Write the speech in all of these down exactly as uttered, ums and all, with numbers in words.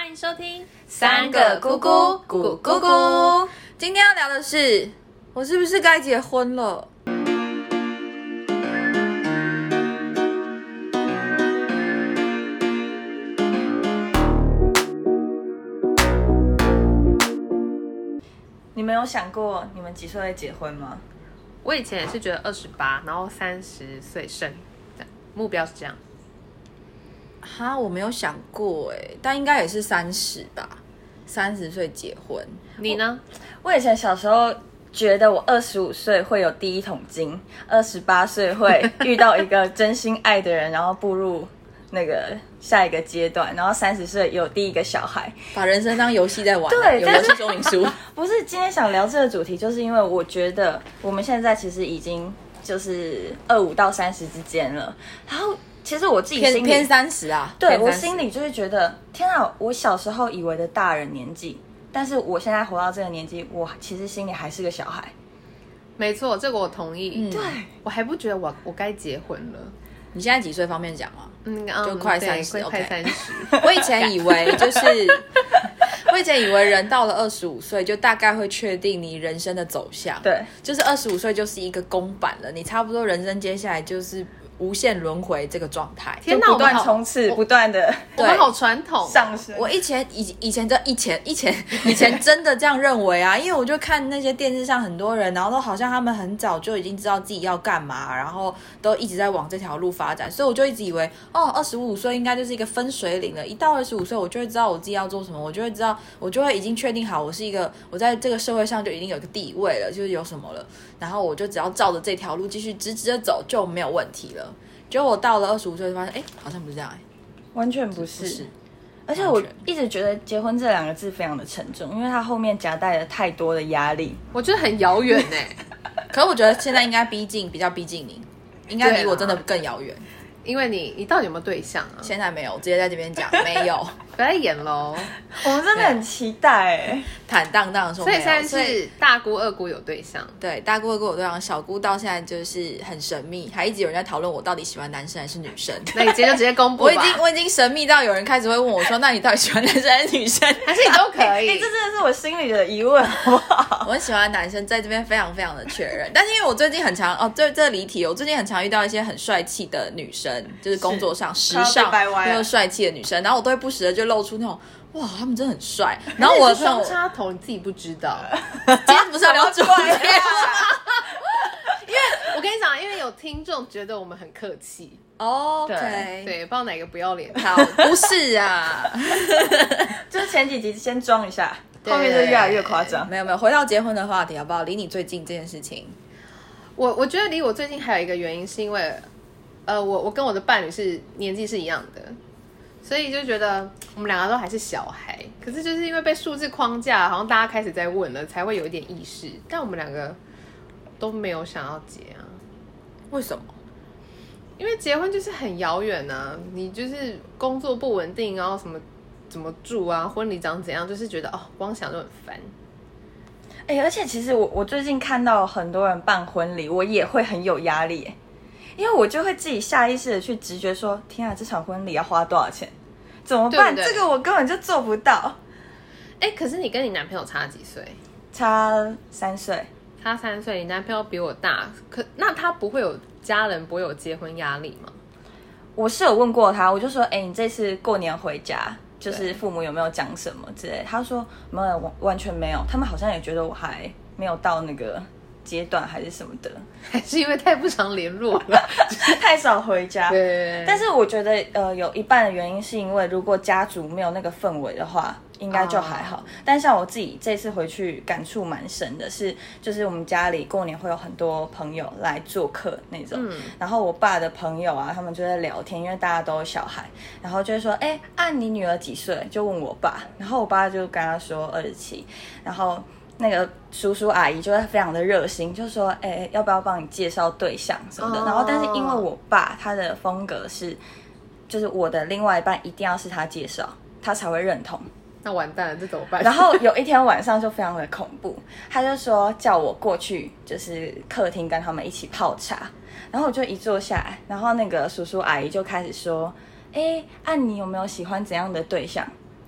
迎收听三个姑姑咕咕咕。今天要聊的是，我是不是该结婚了？你们有想过你们几岁会结婚吗？ 我以前也是觉得二十八，然后三十岁生，目标是这样。 哈，我没有想过哎，但应该也是三十吧，三十岁结婚。 你呢？ 我, 我以前小时候觉得我二十五岁会有第一桶金，二十八岁会遇到一个真心爱的人，然后步入那个下一个阶段，然后三十岁有第一个小孩， 把人生当游戏在玩。 对， 有游戏说明书。 不是今天想聊这个主题，就是因为我觉得我们现在其实已经就是二五到三十之间了，然后。其实我自己心里偏三十啊， 对我心里就是觉得，天啊！我小时候以为的大人年纪，但是我现在活到这个年纪，我其实心里还是个小孩。 没错，这个我同意。 嗯、对， 我还不觉得我我该结婚了。 你现在几岁？方便讲吗？ 嗯， 就快三十， 快三十。 我以前以为就是，我以前以为人到了二十五岁，就大概会确定你人生的走向。 对， 就是二十五岁就是一个公版了，你差不多人生接下来就是。无限轮回这个状态， 天哪，不断冲刺，不断的， 我们好传统上升。 我以前以以前这以前以前以前真的这样认为啊，因为我就看那些电视上很多人，然后都好像他们很早就已经知道自己要干嘛，然后都一直在往这条路发展，所以我就一直以为，哦，二十五岁应该就是一个分水岭了。一到二十五岁，我就会知道我自己要做什么，我就会知道，我就会已经确定好，我是一个，我在这个社会上就已经有一个地位了，就是有什么了，然后我就只要照着这条路继续直直的走就没有问题了。结果我到了二十五岁，发现哎，好像不是这样哎， 完全不是。 不是， 而且我一直觉得结婚这两个字非常的沉重，因为它后面夹带了太多的压力。 我觉得很遥远哎， 可是我觉得现在应该逼近，比较逼近你，应该离我真的更遥远。 因为你，你到底有没有对象啊？ 现在没有，直接在这边讲没有， 不要演喽。 我们真的很期待哎， 坦荡荡的说没有。所以现在是大姑二姑有对象， 对，大姑二姑有对象，小姑到现在就是很神秘，还一直有人在讨论我到底喜欢男生还是女生。 那你今天就直接公布吧。 我已经我已经神秘到有人开始会问我说，那你到底喜欢男生还是女生？ 还是你都可以？ 欸、这真的是我心里的疑问，好不好？ 我很喜欢男生，在这边非常非常的确认。但是因为我最近很常哦，这这离题，我最近很常遇到一些很帅气的女生，就是工作上时尚又帅气的女生，然后我都会不时的就露出那种哇，他们真的很帅。然后我的双插头你自己不知道， 今天不是要聊主题吗？ 因为我跟你讲，因为有听众觉得我们很客气。 哦、oh, ，OK， 对, 对，不知道哪个不要脸。 好，不是啊， 就是前几集先装一下，后面就越来越夸张。 没有没有，回到结婚的话题好不好？离你最近这件事情， 我我觉得离我最近还有一个原因是因为，呃，我我跟我的伴侣是年纪是一样的，所以就觉得我们两个都还是小孩。可是就是因为被数字框架，好像大家开始在问了，才会有一点意识。但我们两个都没有想要结啊。 为什么？ 因为结婚就是很遥远啊，你就是工作不稳定，然后什么怎么住啊，婚礼长怎样，就是觉得哦，光想就很烦。 哎、欸，而且其实我我最近看到很多人办婚礼，我也会很有压力，因为我就会自己下意识的去直觉说，天啊，这场婚礼要花多少钱？怎么办？对对，这个我根本就做不到。 哎、欸，可是你跟你男朋友差几岁？ 差三岁。 差三岁，你男朋友比我大，可那他不会有家人，不会有结婚压力吗？ 我是有问过他，我就说，哎、欸，你这次过年回家，就是父母有没有讲什么之类的？他说没有，完全没有。他们好像也觉得我还没有到那个阶段，还是什么的， 还是因为太不常联络了， 太少回家。 对。 但是我觉得，呃，有一半的原因是因为，如果家族没有那个氛围的话。应该就还好， oh. 但像我自己这次回去感触蛮深的是，就是我们家里过年会有很多朋友来做客那种，嗯、然后我爸的朋友啊，他们就在聊天，因为大家都有小孩，然后就会说，哎、欸，啊你女儿几岁？就问我爸，然后我爸就跟他说二十七，然后那个叔叔阿姨就会非常的热心，就说，哎、欸，要不要帮你介绍对象什么的？ Oh. 然后但是因为我爸他的风格是，就是我的另外一半一定要是他介绍，他才会认同。 那完蛋了，这怎么办？ 然后有一天晚上就非常的恐怖，他就说叫我过去，就是客厅跟他们一起泡茶。然后我就一坐下来，然后那个叔叔阿姨就开始说：“哎，啊你有没有喜欢怎样的对象？”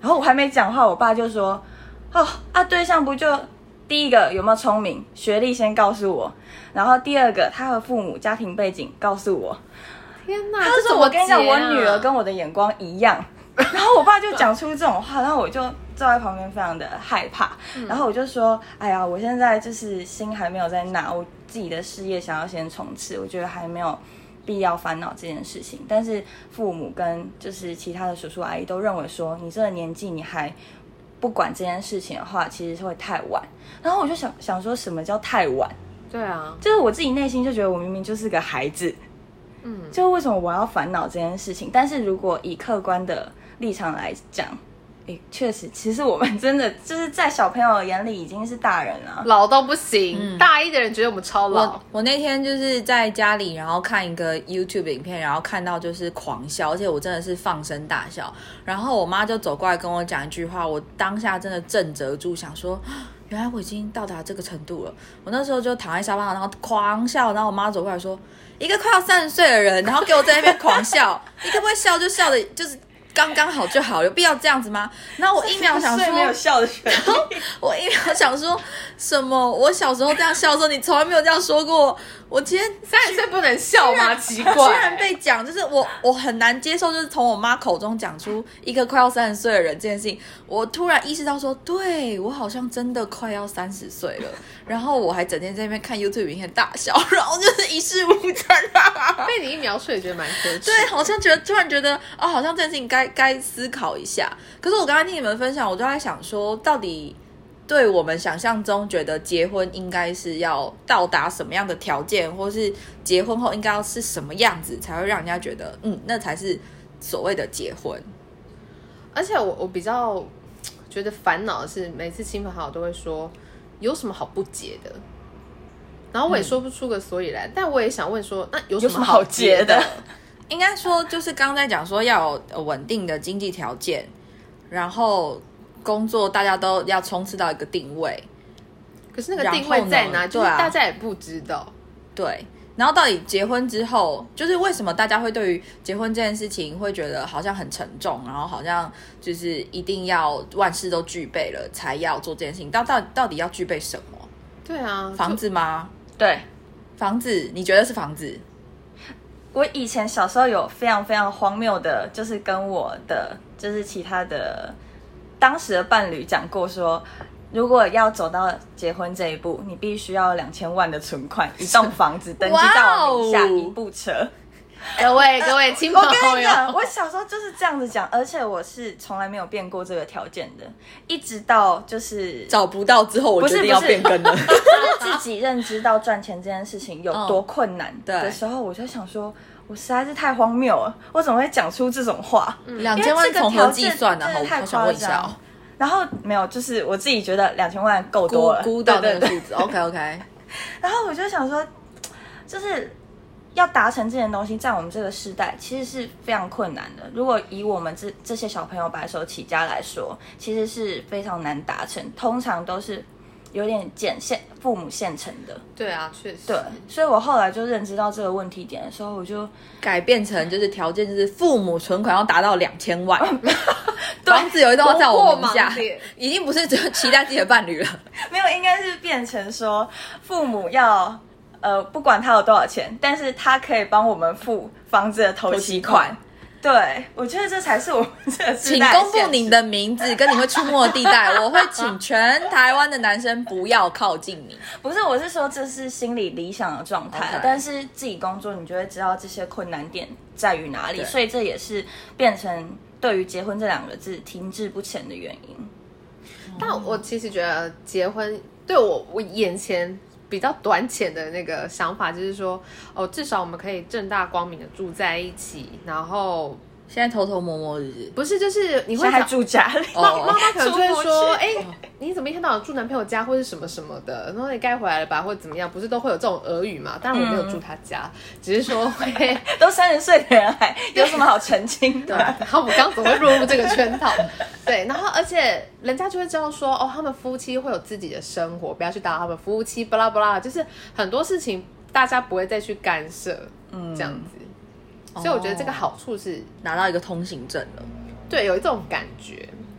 然后我还没讲话，我爸就说：“哦啊，对象不就第一个有没有聪明，学历先告诉我，然后第二个他和父母家庭背景告诉我。” 天哪！ 他就说：“我跟你讲，我女儿跟我的眼光一样。”然后我爸就讲出这种话，然后我就坐在旁边非常的害怕。嗯、然后我就说：“哎呀，我现在就是心还没有在那，我自己的事业想要先冲刺，我觉得还没有必要烦恼这件事情。但是父母跟就是其他的叔叔阿姨都认为说，你这个年纪你还不管这件事情的话，其实是会太晚。然后我就想想说，什么叫太晚？ 对啊， 就是我自己内心就觉得我明明就是个孩子。”嗯，就为什么我要烦恼这件事情？但是如果以客观的立场来讲，诶，确实，其实我们真的就是在小朋友眼里已经是大人了， 老到不行。嗯、大一的人觉得我们超老。 我我那天就是在家里，然后看一个 YouTube 影片，然后看到就是狂笑，而且我真的是放声大笑。然后我妈就走过来跟我讲一句话，我当下真的震慑住，想说。原来我已经到达这个程度了。我那时候就躺在沙发上，然后狂笑。然后我妈走过来说：“一个快要三十岁的人，然后给我在那边狂笑，你可不可以笑就笑的，就是刚刚好就好，有必要这样子吗？”然后我一秒想说， 没有笑的权利。 我一秒想说什么？我小时候这样笑的时候，你从来没有这样说过。我今天三十岁不能笑吗？奇怪， 居然被讲，就是我我很难接受，就是从我妈口中讲出一个快要三十岁的人这件事情，我突然意识到说，对我好像真的快要三十岁了。然后我还整天在那边看 YouTube 影片大笑，然后就是一事无成啊。 被你一描述也觉得蛮可耻。 对，好像觉得突然觉得哦，好像这件事情该该思考一下。可是我刚才听你们分享，我就在想说，到底。对我们想象中觉得结婚应该是要到达什么样的条件，或是结婚后应该要是什么样子，才会让人家觉得嗯，那才是所谓的结婚。 而且我我比较觉得烦恼的是，每次亲朋好友都会说有什么好不结的，然后我也说不出个所以然，嗯、但我也想问说，那有什么好结的？ 应该说就是刚才讲说要有稳定的经济条件，然后。工作大家都要冲刺到一个定位， 可是那个定位在哪？就是大家也不知道。 对，然后到底结婚之后，就是为什么大家会对于结婚这件事情会觉得好像很沉重，然后好像就是一定要万事都具备了才要做这件事情？到到到底要具备什么？ 对啊， 房子吗？ 对， 房子，你觉得是房子？ 我以前小时候有非常非常荒谬的，就是跟我的就是其他的。当时的伴侣讲过说，如果要走到结婚这一步，你必须要两千万的存款，一栋房子登记在我名下，一部车。 各位各位亲朋好友， 我跟你讲，我小时候就是这样子讲，而且我是从来没有变过这个条件的，一直到就是找不到之后，我决定要变更了。 就是自己认知到赚钱这件事情有多困难的时候，我就想说。我实在是太荒谬了，我怎么会讲出这种话？ 两千万从何计算呢？我好想问一下、哦。 然后没有，就是我自己觉得两千万够多了， 估到那个数字。OK OK。 然后我就想说，就是要达成这件东西，在我们这个时代其实是非常困难的。如果以我们这这些小朋友白手起家来说，其实是非常难达成，通常都是。有点捡现父母现成的， 对啊，确实。 对，所以我后来就认知到这个问题点的时候，我就改变成就是条件就是父母存款要达到两千万，房子有一栋要在我名下，已经不是只有期待自己的伴侣了， 没有，应该是变成说父母要呃不管他有多少钱，但是他可以帮我们付房子的头期款。对，我觉得这才是我们这个时代的现实。 请公布您的名字跟你会出没的地带，我会请全台湾的男生不要靠近你。 不是，我是说这是心理理想的状态， okay. 但是自己工作你就会知道这些困难点在于哪里，所以这也是变成对于结婚这两个字停滞不前的原因。 但我其实觉得结婚对我我眼前比较短浅的那个想法就是说，哦，至少我们可以正大光明的住在一起，然后现在偷偷摸摸日不是，就是你会还住家里， 妈妈妈可能就会说，哎、欸，你怎么一天到晚住男朋友家或是什么什么的，然后你该回来了吧，或者怎么样，不是都会有这种俄语嘛？当然我没有住他家，嗯、只是说会都三十岁的人还有什么好澄清的？ 然后我刚怎么会落入这个圈套？对，然后而且人家就会知道说，哦，他们夫妻会有自己的生活，不要去打扰他们夫妻，巴拉巴拉，就是很多事情大家不会再去干涉，嗯，这样子。所以我觉得这个好处是拿到一个通行证了， 对，有这种感觉。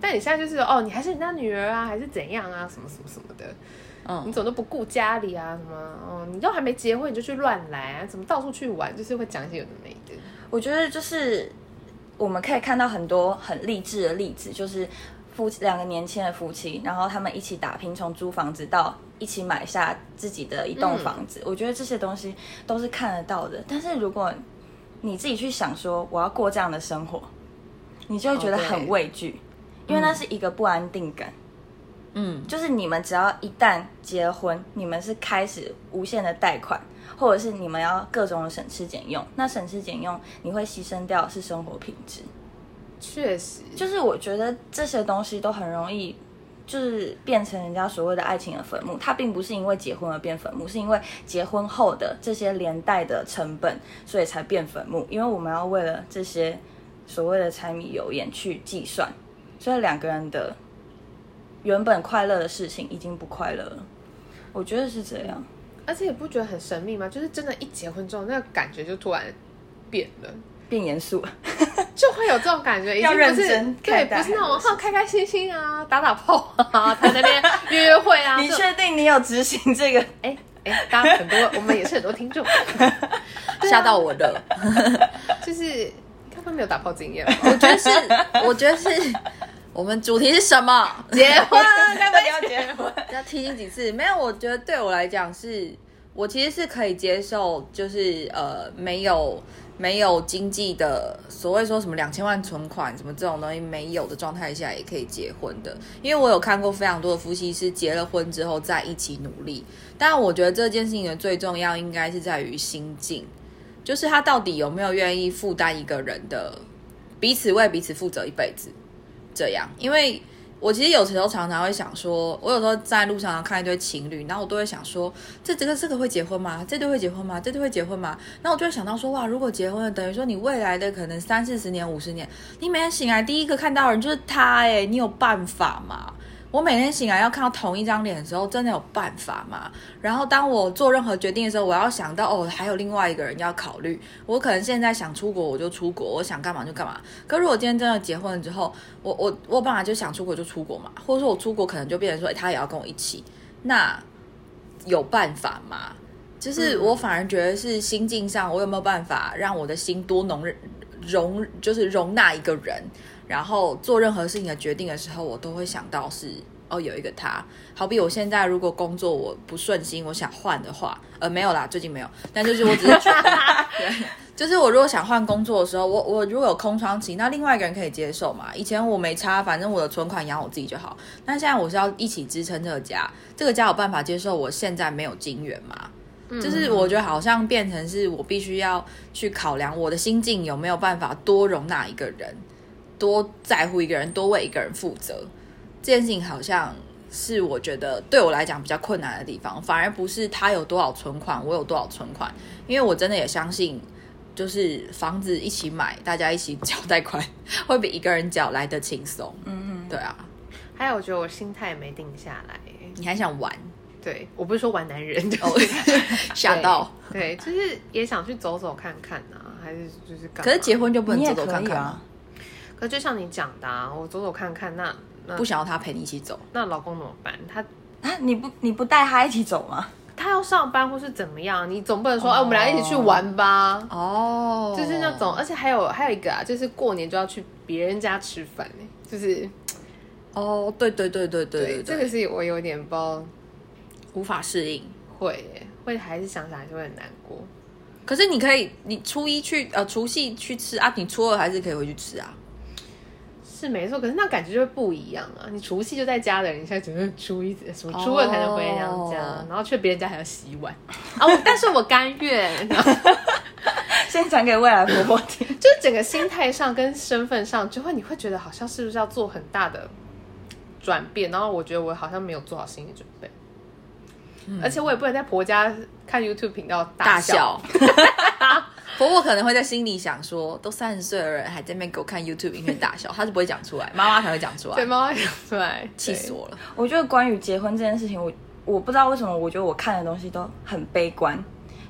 但你现在就是哦，你还是人家女儿啊，还是怎样啊，什么什么什么的。嗯，你怎么都不顾家里啊？什么？哦，你都还没结婚你就去乱来啊？怎么到处去玩？就是会讲一些有的没的。 我觉得就是我们可以看到很多很励志的例子，就是夫两个年轻的夫妻，然后他们一起打拼，从租房子到一起买下自己的一栋房子。嗯、我觉得这些东西都是看得到的。但是如果你自己去想说我要过这样的生活，你就会觉得很畏惧，哦、因为那是一个不安定感。嗯，就是你们只要一旦结婚，你们是开始无限的贷款，或者是你们要各种的省吃俭用，那省吃俭用你会牺牲掉是生活品质。 确实， 就是我觉得这些东西都很容易就是变成人家所谓的爱情的坟墓，它并不是因为结婚而变坟墓，是因为结婚后的这些连带的成本，所以才变坟墓。因为我们要为了这些所谓的柴米油盐去计算，所以两个人的原本快乐的事情已经不快乐了，我觉得是这样。 而且也不觉得很神秘吗？就是真的，一结婚之后，那个感觉就突然变了， 变严肃， 就会有这种感觉，已经不是要认真对，不是那种哈开开心心啊，打打炮啊，在那边约约会啊。 你确定你有执行这个？ 哎哎，当然很多，我们也是很多听众吓、啊、到我了， 就是你根本没有打炮经验， 我觉得是，我觉得是。我们主题是什么？ 结婚， 该不要结婚？ 要提醒几次？没有，我觉得对我来讲是，我其实是可以接受，就是呃，没有没有经济的，所谓说什么两千万存款什么这种东西没有的状态下，也可以结婚的。因为我有看过非常多的夫妻是结了婚之后再一起努力，但我觉得这件事情的最重要应该是在于心境，就是他到底有没有愿意负担一个人的彼此为彼此负责一辈子。这样，因为我其实有时候常常会想说，我有时候在路上看一堆情侣，然后我都会想说，这这个这个会结婚吗？这对会结婚吗？这对会结婚吗？然后我就会想到说，哇，如果结婚了，等于说你未来的可能三四十年、五十年，你每天醒来第一个看到的人就是他，哎，你有办法吗？我每天醒来要看到同一张脸的时候，真的有办法吗？然后当我做任何决定的时候，我要想到哦，还有另外一个人要考虑。我可能现在想出国我就出国，我想干嘛就干嘛。可如果今天真的结婚了之后，我我我有办法就想出国就出国嘛，或者说我出国可能就变成说，哎，他也要跟我一起，那有办法吗？就是我反而觉得是心境上，我有没有办法让我的心多容容，就是容纳一个人。然后做任何事情的决定的时候，我都会想到是哦，有一个他。好比我现在如果工作我不顺心，我想换的话，呃，没有啦，最近没有。但就是我只是觉得，对，就是我如果想换工作的时候，我我如果有空窗期，那另外一个人可以接受嘛？以前我没差，反正我的存款养我自己就好。但现在我是要一起支撑这个家，这个家有办法接受我现在没有金源吗？就是我觉得好像变成是我必须要去考量我的心境有没有办法多容纳一个人。多在乎一个人，多为一个人负责，这件事情好像是我觉得对我来讲比较困难的地方，反而不是他有多少存款，我有多少存款，因为我真的也相信，就是房子一起买，大家一起缴贷款，会比一个人缴来的轻松。嗯嗯，对啊。 还有，我觉得我心态没定下来， 你还想玩？ 对，我不是说玩男人， 吓到。 对，就是也想去走走看看啊，还是就是干嘛？ 可是结婚就不能走走看看啊。 可就像你讲的、啊，我走走看看，那, 那不想要他陪你一起走， 那老公怎么办？他啊，你不你不带他一起走吗？ 他要上班或是怎么样？你总不能说，哎、哦啊，我们俩一起去玩吧？哦，就是那种，而且还有还有一个啊，就是过年就要去别人家吃饭，就是， 哦，对对对对对 对, 对, 对，这个是我有点不知道， 无法适应， 会会还是想想还是会很难过。 可是你可以，你初一去呃除夕去吃啊，你初二还是可以回去吃啊。 是没错，可是那感觉就会不一样啊！你除夕就在家的人，你现在只能初一什么初二才能回娘家， oh. 然后去别人家还要洗碗啊！我但是我甘愿， 先讲给未来婆婆听， 就是整个心态上跟身份上，就会你会觉得好像是不是要做很大的转变，然后我觉得我好像没有做好心理准备，嗯、而且我也不能在婆家看 YouTube 频道大笑。 大笑婆婆可能会在心里想说，都三十岁的人还在那边给我看 YouTube 影片大笑，她是不会讲出来，妈妈才会讲出来。 对，妈妈讲出来， 气死我了。 我觉得关于结婚这件事情，我我不知道为什么，我觉得我看的东西都很悲观，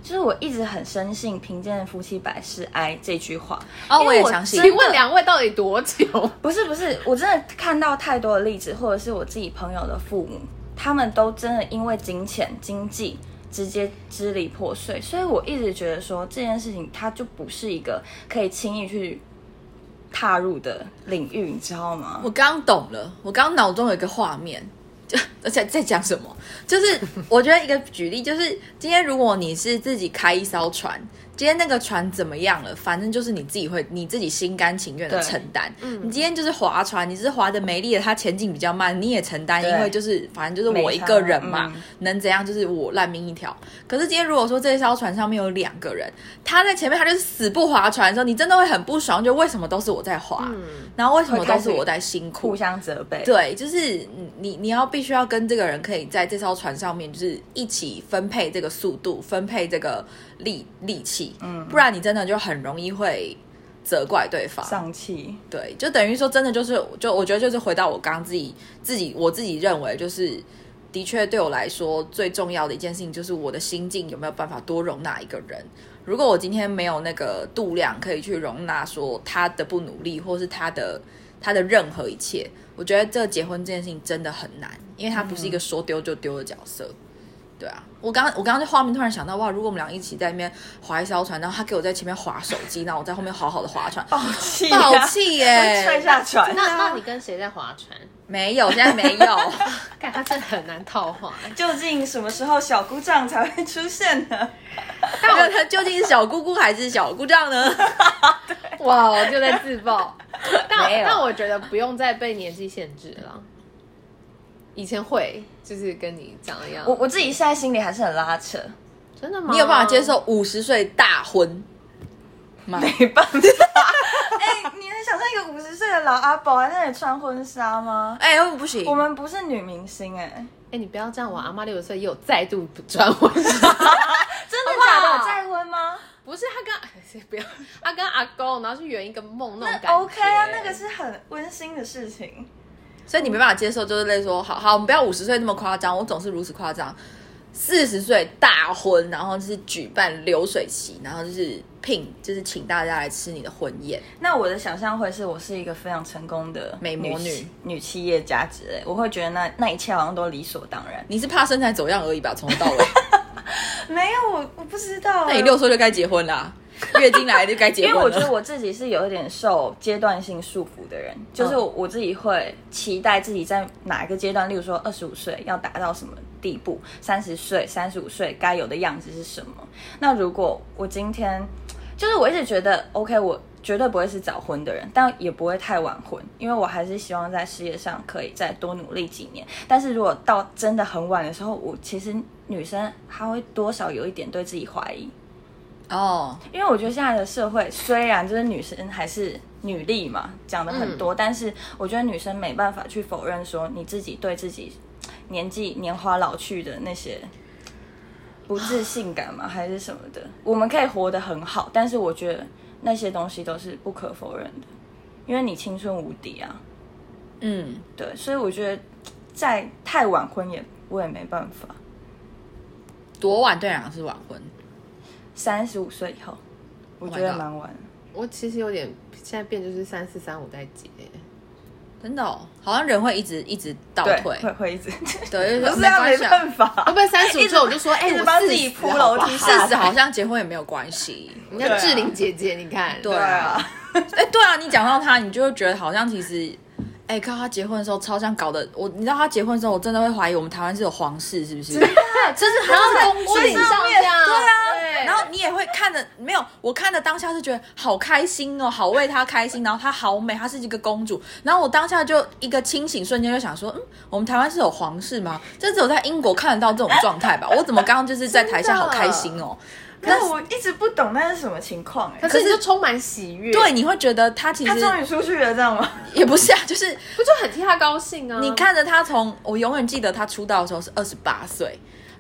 就是我一直很深信贫贱夫妻百事哀这句话。 哦，我因为也相信。 请问两位到底多久？ 不是不是，我真的看到太多的例子，或者是我自己朋友的父母，他们都真的因为金钱、经济直接支离破碎，所以我一直觉得说这件事情它就不是一个可以轻易去踏入的领域，你知道吗？ 我刚刚懂了，我刚刚脑中有一个画面，就而且在讲什么？就是我觉得一个举例，就是今天如果你是自己开一艘船，今天那个船怎么样了，反正就是你自己会你自己心甘情愿的承担。嗯，你今天就是划船，你只是划的没力了，它前进比较慢，你也承担，因为就是反正就是我一个人嘛，嗯、能怎样就是我烂命一条。可是今天如果说这艘船上面有两个人，他在前面他就是死不划船的时候，你真的会很不爽，就为什么都是我在划，嗯、然后为什么都是我在辛苦， 互相责备。 对，就是你你要必须要跟这个人可以在这艘船上面，就是一起分配这个速度，分配这个力力气，嗯，不然你真的就很容易会责怪对方， 丧气。 对，就等于说真的就是，就我觉得就是回到我刚刚自己自己我自己认为，就是的确对我来说最重要的一件事情，就是我的心境有没有办法多容纳一个人。如果我今天没有那个度量可以去容纳说他的不努力，或是他的他的任何一切，我觉得这结婚这件事情真的很难，因为他不是一个说丢就丢的角色。嗯，对啊，我刚我刚刚在画面突然想到，哇，如果我们俩一起在那边划一艘船，然后他给我在前面划手机，然后我在后面好好的划船， 爆气、啊， 爆气耶， 踹下船。 那那你跟谁在划船？ 没有，现在没有。 看他真的很难套话。 究竟什么时候小姑丈才会出现呢？ 但我他究竟是小姑姑还是小姑丈呢？ 哇，我就在自爆。但没有但我觉得不用再被年纪限制了。以前会，就是跟你讲一样。 我我自己现在心里还是很拉扯。 真的吗？ 你有办法接受五十岁大婚吗？ 没办法。哎、欸，你能想象一个五十岁的老阿伯在那里穿婚纱吗？ 哎、欸，不行， 我们不是女明星哎、欸。 哎、欸，你不要这样，我阿妈六十岁也有再度穿婚纱。 真的假的？有再婚吗？ 不是，他跟不要，他跟阿公，然后去圆一个梦那种感觉。 那 OK 啊，那个是很温馨的事情。 所以你没办法接受，就是类似说，好好，我们不要五十岁那么夸张，我总是如此夸张。四十岁大婚，然后就是举办流水席，然后就是聘，就是请大家来吃你的婚宴。 那我的想象会是我是一个非常成功的美魔女、 女企业家之类，我会觉得那那一切好像都理所当然。 你是怕身材走样而已吧？从头到尾。 没有，我我不知道。 那你六岁就该结婚啦。月经来就该结婚了。 因为我觉得我自己是有一点受阶段性束缚的人，就是我自己会期待自己在哪一个阶段，例如说二十五岁要达到什么地步，三十岁、三十五岁该有的样子是什么。那如果我今天，就是我一直觉得 OK， 我绝对不会是早婚的人，但也不会太晚婚，因为我还是希望在事业上可以再多努力几年。但是如果到真的很晚的时候，我其实女生她会多少有一点对自己怀疑。 哦， 因为我觉得现在的社会虽然就是女生还是女力嘛，讲的很多、嗯，但是我觉得女生没办法去否认说你自己对自己年纪年华老去的那些不自信感嘛，还是什么的。我们可以活得很好，但是我觉得那些东西都是不可否认的，因为你青春无敌啊。嗯，对，所以我觉得再太晚婚也我也没办法。 多晚对两个是晚婚？ 三十五岁以后，我觉得蛮晚的。 我其实有点现在变就是三四三五在结， 真的哦，好像人会一直一直倒退， 会会一直对， 不是啊，没办法。 会不会三十五岁我就说，哎、欸，我帮自己铺楼梯， 四十好像结婚也没有关系。 你看志玲姐姐，你看， 对啊，哎、欸，对啊，你讲到她，你就会觉得好像其实。哎、欸，看他结婚的时候超像搞的，我你知道他结婚的时候，我真的会怀疑我们台湾是有皇室，是不是？ 真的，真是还要在公信上面， 对啊对。 然后你也会看的，没有，我看的当下是觉得好开心哦，好为她开心，然后她好美，她是一个公主。然后我当下就一个清醒瞬间就想说，嗯，我们台湾是有皇室吗？这只有在英国看得到这种状态吧？我怎么刚刚就是在台下好开心哦？ 但是我一直不懂那是什么情况哎、 欸，可是你就充满喜悦， 对，你会觉得他其实他终于出去了，这样吗？ 也不是啊，就是不就很替他高兴啊。 你看着他从我永远记得他出道的时候是二十八岁，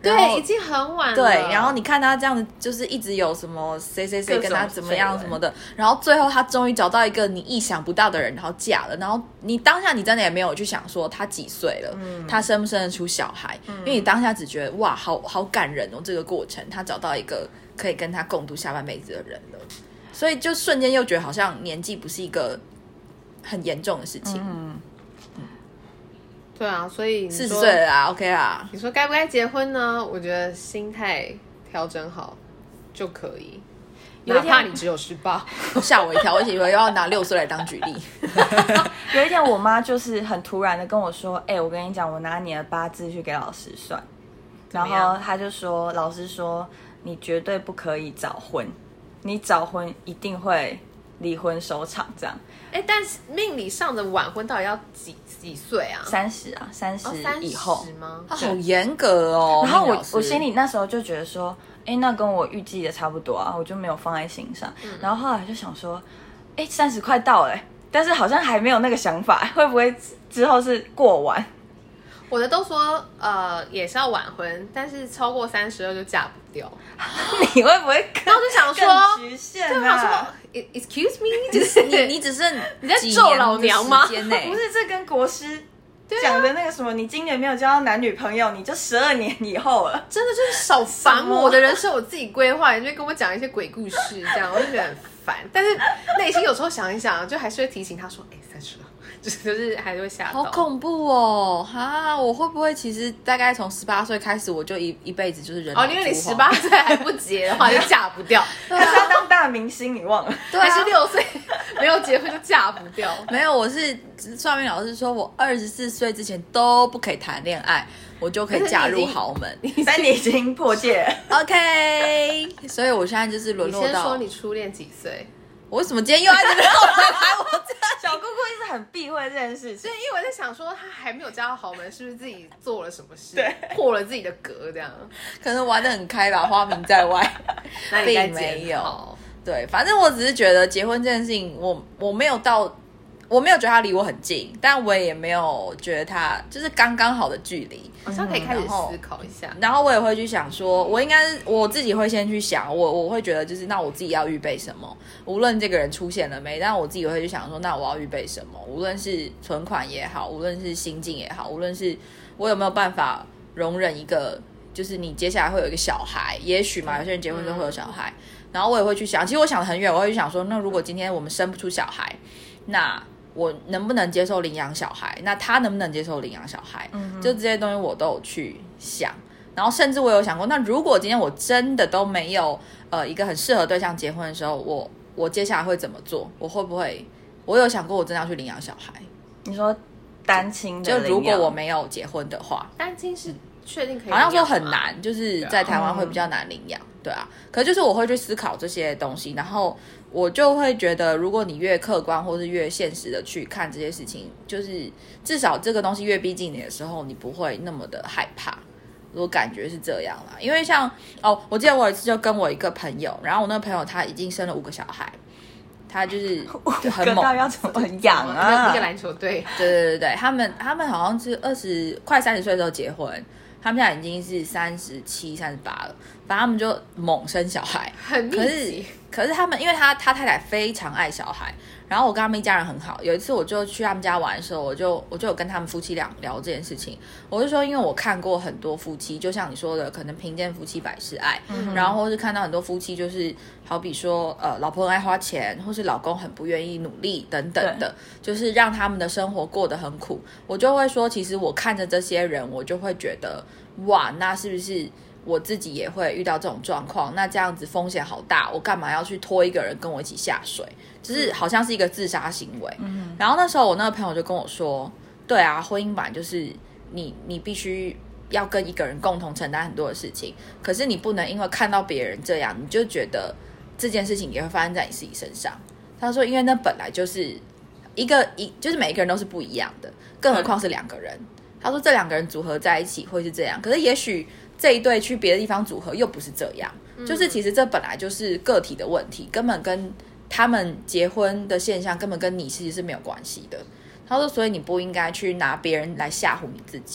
对，已经很晚了。 对，然后你看他这样子，就是一直有什么谁谁谁跟他怎么样什么的，然后最后他终于找到一个你意想不到的人，然后嫁了，然后你当下你真的也没有去想说他几岁了，嗯、他生不生得出小孩，嗯、因为你当下只觉得哇，好好感人哦，这个过程他找到一个可以跟他共度下半辈子的人了，所以就瞬间又觉得好像年纪不是一个很严重的事情。嗯对啊，所以四十岁了啦 ，OK 啦。 你说该不该结婚呢？我觉得心态调整好就可以。哪怕你只有十八， 吓我一跳，我以为要拿六岁来当举例。 有一天，我妈就是很突然的跟我说：“哎、欸，我跟你讲，我拿你的八字去给老师算，然后她就说，老师说你绝对不可以早婚，你早婚一定会离婚收场这样。” 哎，但是命理上的晚婚到底要几几岁啊？ 三十啊，三十以后、 哦、吗？ 啊，好严格哦。 然后我我心里那时候就觉得说，哎，那跟我预计的差不多啊，我就没有放在心上。嗯、然后后来就想说，哎，三十快到了，但是好像还没有那个想法，会不会之后是过晚？ 我的都说，呃，也是要晚婚，但是超过三十二就嫁不掉。 你会不会？ 然后我就想说， 局限啊，就想说 ，excuse me，就是你你只剩你在咒老娘吗？ 不是，这跟国师讲的那个什么，你今年没有交到男女朋友，你就十二年以后了。 真的就是少烦我，我的人生我自己规划，你就跟我讲一些鬼故事，这样我就觉得很烦。但是内心有时候想一想，就还是会提醒他说，哎，三十了。就是就是还是会吓到， 好恐怖哦！哈，我会不会其实大概从十八岁开始，我就一一辈子就是人老珠黄？ 哦，因为你十八岁还不结的话，就嫁不掉。 对啊，要当大明星，你忘了？ 对啊，还是六岁没有结婚就嫁不掉？ 没有，我是算命老师说我二十四岁之前都不可以谈恋爱，我就可以嫁入豪门。 但你已经破戒了 ，OK。所以我现在就是沦落到。 你先说你初恋几岁？ 我为什么今天又在这边来拍我这？ 小姑姑一直很避讳这件事情， 所以因为我在想说，他还没有嫁到豪门，是不是自己做了什么事， 对， 破了自己的格，这样可能玩得很开吧，花名在外，并没有。对，反正我只是觉得结婚这件事情，我我没有到，我没有觉得他离我很近，但我也没有觉得他就是刚刚好的距离， 好像可以开始思考一下。 然后我也会去想说，我应该是我自己会先去想，我我会觉得就是那我自己要预备什么，无论这个人出现了没，但我自己会去想说，那我要预备什么，无论是存款也好，无论是心境也好，无论是我有没有办法容忍一个，就是你接下来会有一个小孩，也许嘛，有些人结婚之后会有小孩，嗯、然后我也会去想，其实我想得很远，我会去想说，那如果今天我们生不出小孩，那我能不能接受领养小孩？那他能不能接受领养小孩？嗯、就这些东西我都有去想，然后甚至我有想过，那如果今天我真的都没有呃一个很适合对象结婚的时候，我我接下来会怎么做？我会不会？我有想过，我真的要去领养小孩？ 你说单亲的领养， 就如果我没有结婚的话， 单亲是确定可以领养吗？ 好像说很难，就是在台湾会比较难领养，对啊。可是就是我会去思考这些东西，然后我就会觉得，如果你越客观或是越现实的去看这些事情，就是至少这个东西越逼近你的时候，你不会那么的害怕。我感觉是这样啦，因为像哦，我记得我有一次就跟我一个朋友，然后我那个朋友他已经生了五个小孩，他就是就很猛， 要怎么养啊？ 一个篮球队， 对对对对，他们他们好像是二十快三十岁的时候结婚，他们现在已经是三十七、三十八了，反正他们就猛生小孩， 很密集。 可是他们，因为他他太太非常爱小孩，然后我跟他们一家人很好。有一次我就去他们家玩的时候，我就我就有跟他们夫妻俩聊这件事情。我就说，因为我看过很多夫妻，就像你说的，可能贫贱夫妻百事哀，嗯、然后或是看到很多夫妻，就是好比说，呃，老婆很爱花钱，或是老公很不愿意努力等等的，就是让他们的生活过得很苦。我就会说，其实我看着这些人，我就会觉得，哇，那是不是？我自己也会遇到这种状况，那这样子风险好大，我干嘛要去拖一个人跟我一起下水？就是好像是一个自杀行为。嗯、然后那时候我那个朋友就跟我说，对啊，婚姻版就是你你必须要跟一个人共同承担很多的事情，可是你不能因为看到别人这样，你就觉得这件事情也会发生在你自己身上。他说，因为那本来就是一个一，就是每一个人都是不一样的，更何况是两个人。他说这两个人组合在一起会是这样，可是也许这一对去别的地方组合又不是这样，嗯、就是其实这本来就是个体的问题，根本跟他们结婚的现象根本跟你其实是没有关系的。他说，所以你不应该去拿别人来吓唬你自己。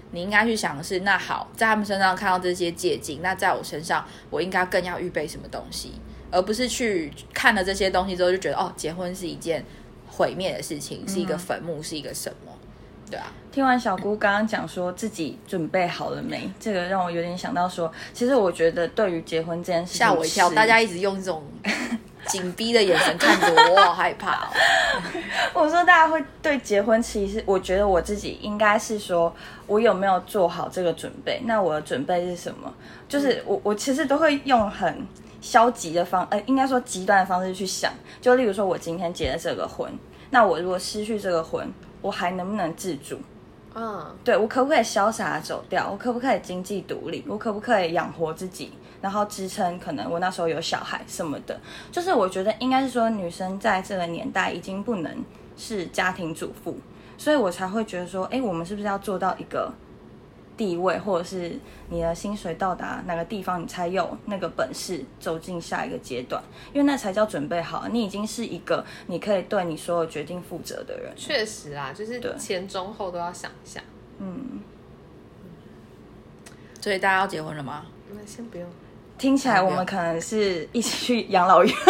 你应该去想的是，那好，在他们身上看到这些借镜，那在我身上，我应该更要预备什么东西，而不是去看了这些东西之后就觉得哦，结婚是一件毁灭的事情，是一个坟墓，是一个什么？对啊。 听完小姑刚刚讲说自己准备好了没，这个让我有点想到说，其实我觉得对于结婚这件事情， 吓我一跳，大家一直用这种紧逼的眼神看着我，我好害怕哦。 我说大家会对结婚，其实我觉得我自己应该是说，我有没有做好这个准备？那我的准备是什么？就是我我其实都会用很消极的方，呃，应该说极端的方式去想。就例如说，我今天结了这个婚，那我如果失去这个婚，我还能不能自主？ 嗯， 对，我可不可以潇洒地走掉？我可不可以经济独立？我可不可以养活自己？然后支撑可能我那时候有小孩什么的，就是我觉得应该是说女生在这个年代已经不能是家庭主妇，所以我才会觉得说，哎，我们是不是要做到一个地位，或者是你的薪水到达哪个地方，你才有那个本事走进下一个阶段，因为那才叫准备好，你已经是一个你可以对你所有决定负责的人。 确实啦，就是前中后都要想一下。 嗯， 所以大家要结婚了吗？ 那先不用。 听起来我们可能是一起去养老院，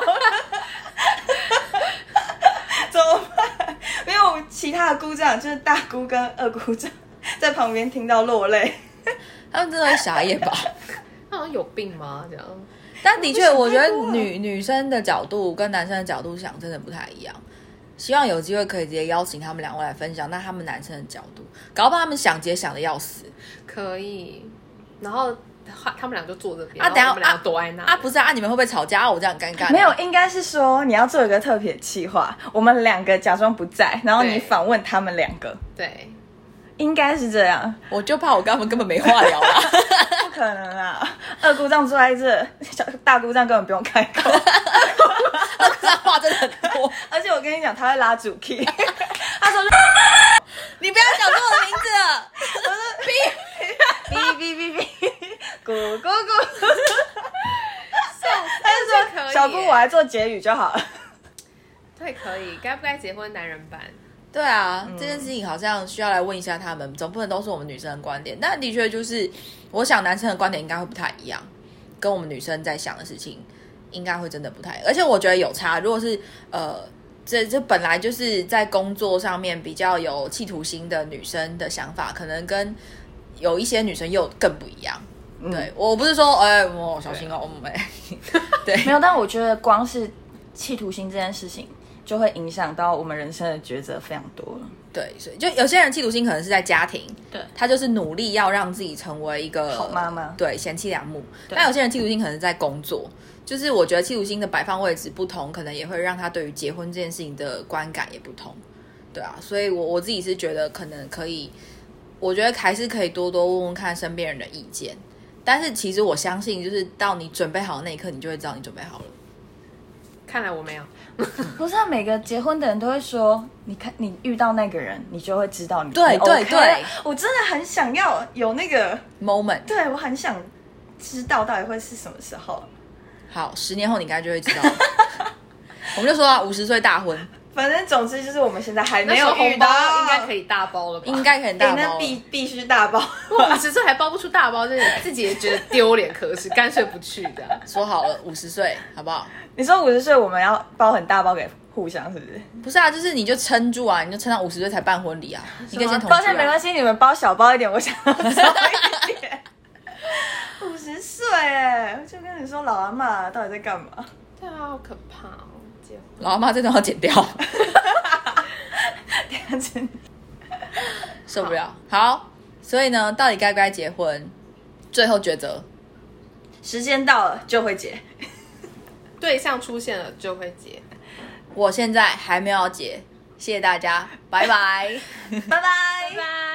怎么办？没有其他的姑丈，就是大姑跟二姑丈在旁边听到落泪， 他们真的会傻眼吧？ 他好像有病吗？这样。 但的确，我觉得女女生的角度跟男生的角度想真的不太一样。希望有机会可以直接邀请他们两位来分享，那他们男生的角度，搞不好他们想结想的要死。 可以，然后他们俩就坐这边， 啊，等下我们俩躲在那啊，不是啊，你们会不会吵架？啊、我这样很尴尬。 没有，应该是说你要做一个特别企划，我们两个假装不在，然后你访问他们两个。 对， 应该是这样。 我就怕我跟他们根本没话聊啦。 不可能啊！二姑丈坐在这，小大姑丈根本不用开口。 二姑丈话真的很多， 而且我跟你讲，他会拉主 key。他说：“ 你不要讲出我的名字了。” 我说：“哔哔哔哔哔，咕咕咕。”他就说：“小姑，我来做结语就好了。” 对，可以。该不该结婚？男人版。 对啊、嗯，这件事情好像需要来问一下他们，总不能都是我们女生的观点。但的确就是，我想男生的观点应该会不太一样，跟我们女生在想的事情应该会真的不太。而且我觉得有差，如果是呃，这这本来就是在工作上面比较有企图心的女生的想法，可能跟有一些女生又更不一样。嗯、对，我不是说哎，我、哦、小心哦，哎、嗯，对， 没有。但我觉得光是企图心这件事情，就会影响到我们人生的抉择非常多了。 对，所以就有些人企图心可能是在家庭， 对， 他就是努力要让自己成为一个好妈妈， 对，贤妻良母。但有些人企图心可能是在工作，就是我觉得企图心的摆放位置不同，可能也会让他对于结婚这件事情的观感也不同。对啊，所以我我自己是觉得可能可以，我觉得还是可以多多问问看身边人的意见。但是其实我相信，就是到你准备好的那一刻，你就会知道你准备好了。 看来我没有。 不是、啊、每个结婚的人都会说，你看你遇到那个人，你就会知道你对你 OK 对对。 我真的很想要有那个 moment， 对我很想知道到底会是什么时候。 好，十年后你应该就会知道。我们就说啊，五十岁大婚。 反正总之就是我们现在还没有遇到， 应该可以大包了吧？ 应该可以大包了、 欸，那必必须大包。 五十岁还包不出大包，真的自己也觉得丢脸可耻，干脆不去的。 说好了五十岁，好不好？ 你说五十岁我们要包很大包给互相，是不是？ 不是啊，就是你就撑住啊，你就撑到五十岁才办婚礼啊。你可以先同居、啊。 抱歉，没关系，你们包小包一点，我想要少一点。五十岁哎，我就跟你说，老阿嬷到底在干嘛？ 对啊，好可怕哦。 老阿妈这段要剪掉，受不了。好，所以呢，到底该不该结婚？最后抉择， 时间到了就会结， 对象出现了就会结。 我现在还没有结，谢谢大家，拜拜， 拜拜，拜拜。